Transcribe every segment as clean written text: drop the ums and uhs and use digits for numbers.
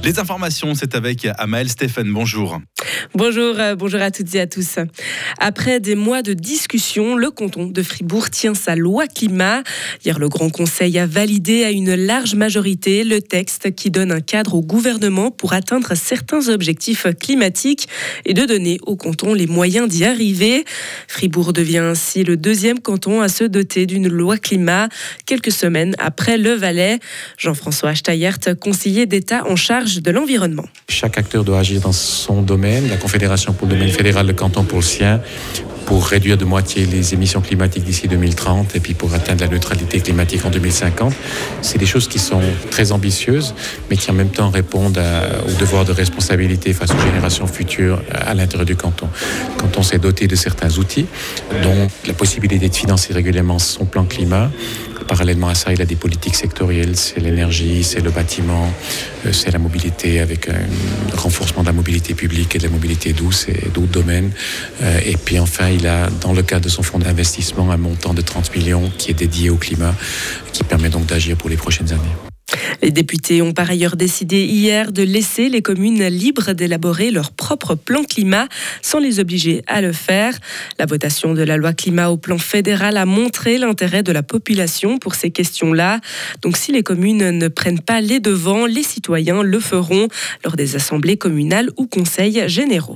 Les informations, c'est avec Amaëlle Stéphane. Bonjour. Bonjour à toutes et à tous. Après des mois de discussion, le canton de Fribourg tient sa loi climat. Hier, le Grand Conseil a validé à une large majorité le texte qui donne un cadre au gouvernement pour atteindre certains objectifs climatiques et de donner au canton les moyens d'y arriver. Fribourg devient ainsi le deuxième canton à se doter d'une loi climat, quelques semaines après le Valais. Jean-François Steyert, conseiller d'État en charge de l'environnement. Chaque acteur doit agir dans son domaine, la Confédération pour le domaine fédéral, le canton pour le sien, pour réduire de moitié les émissions climatiques d'ici 2030 et puis pour atteindre la neutralité climatique en 2050. C'est des choses qui sont très ambitieuses, mais qui en même temps répondent au devoir de responsabilité face aux générations futures à l'intérieur du canton. Le canton s'est doté de certains outils, dont la possibilité de financer régulièrement son plan climat. Parallèlement à ça, il a des politiques sectorielles, c'est l'énergie, c'est le bâtiment, c'est la mobilité avec un renforcement de la mobilité publique et de la mobilité douce et d'autres domaines. Et puis enfin, il a, dans le cadre de son fonds d'investissement, un montant de 30 millions qui est dédié au climat, qui permet donc d'agir pour les prochaines années. Les députés ont par ailleurs décidé hier de laisser les communes libres d'élaborer leur propre plan climat sans les obliger à le faire. La votation de la loi climat au plan fédéral a montré l'intérêt de la population pour ces questions-là. Donc si les communes ne prennent pas les devants, les citoyens le feront lors des assemblées communales ou conseils généraux.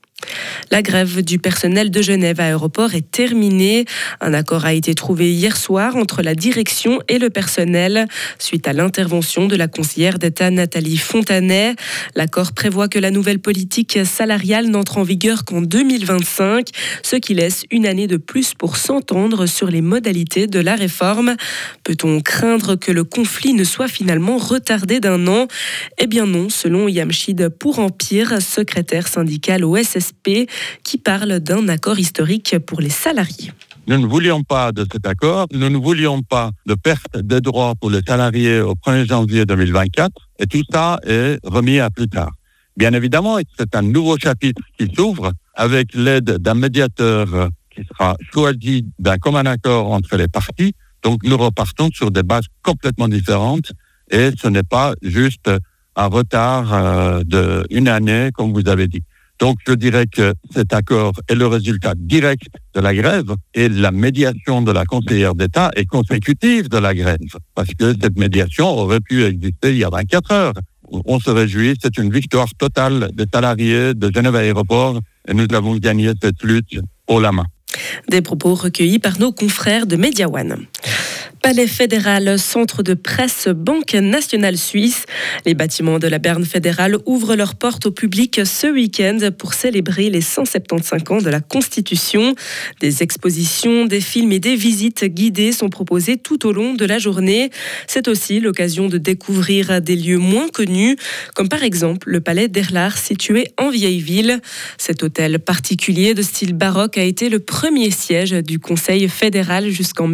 La grève du personnel de Genève Aéroport est terminée. Un accord a été trouvé hier soir entre la direction et le personnel suite à l'intervention de la conseillère d'État Nathalie Fontanet. L'accord prévoit que la nouvelle politique salariale n'entre en vigueur qu'en 2025, ce qui laisse une année de plus pour s'entendre sur les modalités de la réforme. Peut-on craindre que le conflit ne soit finalement retardé d'un an ? Eh bien non, selon Yamshid Pour-Empire, secrétaire syndical au SSP, qui parle d'un accord historique pour les salariés. Nous ne voulions pas de cet accord, nous ne voulions pas de perte de droits pour les salariés au 1er janvier 2024, et tout ça est remis à plus tard. Bien évidemment, c'est un nouveau chapitre qui s'ouvre avec l'aide d'un médiateur qui sera choisi d'un commun accord entre les parties. Donc nous repartons sur des bases complètement différentes et ce n'est pas juste un retard d'une année, comme vous avez dit. Donc, je dirais que cet accord est le résultat direct de la grève et la médiation de la conseillère d'État est consécutive de la grève parce que cette médiation aurait pu exister il y a 24 heures. On se réjouit, c'est une victoire totale des salariés de Genève Aéroport et nous avons gagné cette lutte haut la main. Des propos recueillis par nos confrères de Media One. Palais fédéral, centre de presse, Banque nationale suisse. Les bâtiments de la Berne fédérale ouvrent leurs portes au public ce week-end pour célébrer les 175 ans de la Constitution. Des expositions, des films et des visites guidées sont proposées tout au long de la journée. C'est aussi l'occasion de découvrir des lieux moins connus, comme par exemple le Palais d'Erlach situé en vieille ville. Cet hôtel particulier de style baroque a été le premier siège du Conseil fédéral jusqu'en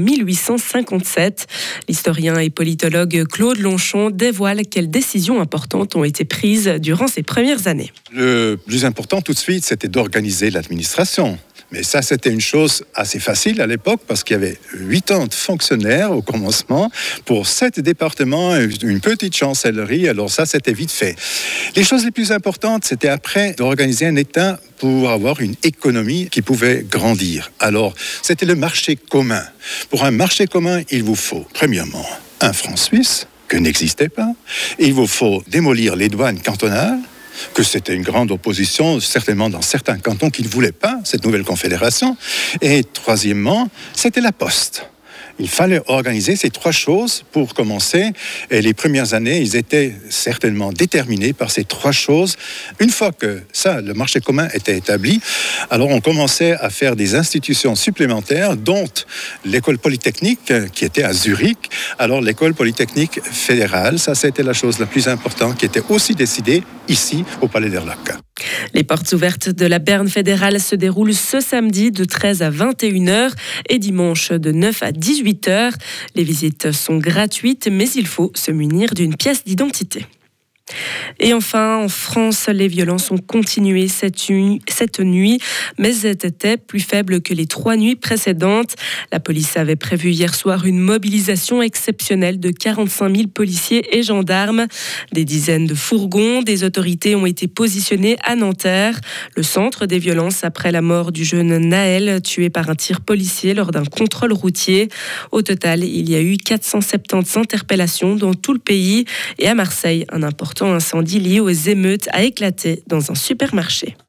1857. L'historien et politologue Claude Longchamp dévoile quelles décisions importantes ont été prises durant ces premières années. Le plus important tout de suite, c'était d'organiser l'administration. Mais ça, c'était une chose assez facile à l'époque parce qu'il y avait 80 fonctionnaires au commencement pour 7 départements et une petite chancellerie. Alors ça, c'était vite fait. Les choses les plus importantes, c'était après d'organiser un État pour avoir une économie qui pouvait grandir. Alors, c'était le marché commun. Pour un marché commun, il vous faut, premièrement, un franc suisse, que n'existait pas. Il vous faut démolir les douanes cantonales, que c'était une grande opposition, certainement dans certains cantons qui ne voulaient pas cette nouvelle confédération. Et troisièmement, c'était la poste. Il fallait organiser ces 3 choses pour commencer. Et les premières années, ils étaient certainement déterminés par ces 3 choses. Une fois que ça, le marché commun était établi, alors on commençait à faire des institutions supplémentaires, dont l'école polytechnique qui était à Zurich. Alors l'école polytechnique fédérale, ça c'était la chose la plus importante qui était aussi décidée ici au Palais d'Erlach. Les portes ouvertes de la Berne fédérale se déroulent ce samedi de 13 à 21h et dimanche de 9 à 18h. Les visites sont gratuites, mais il faut se munir d'une pièce d'identité. Et enfin, en France, les violences ont continué cette nuit, mais elles étaient plus faibles que les 3 nuits précédentes. La police avait prévu hier soir une mobilisation exceptionnelle de 45 000 policiers et gendarmes. Des dizaines de fourgons, des autorités ont été positionnées à Nanterre, le centre des violences après la mort du jeune Naël, tué par un tir policier lors d'un contrôle routier. Au total, il y a eu 470 interpellations dans tout le pays. Et à Marseille, un important incendie lié aux émeutes a éclaté dans un supermarché.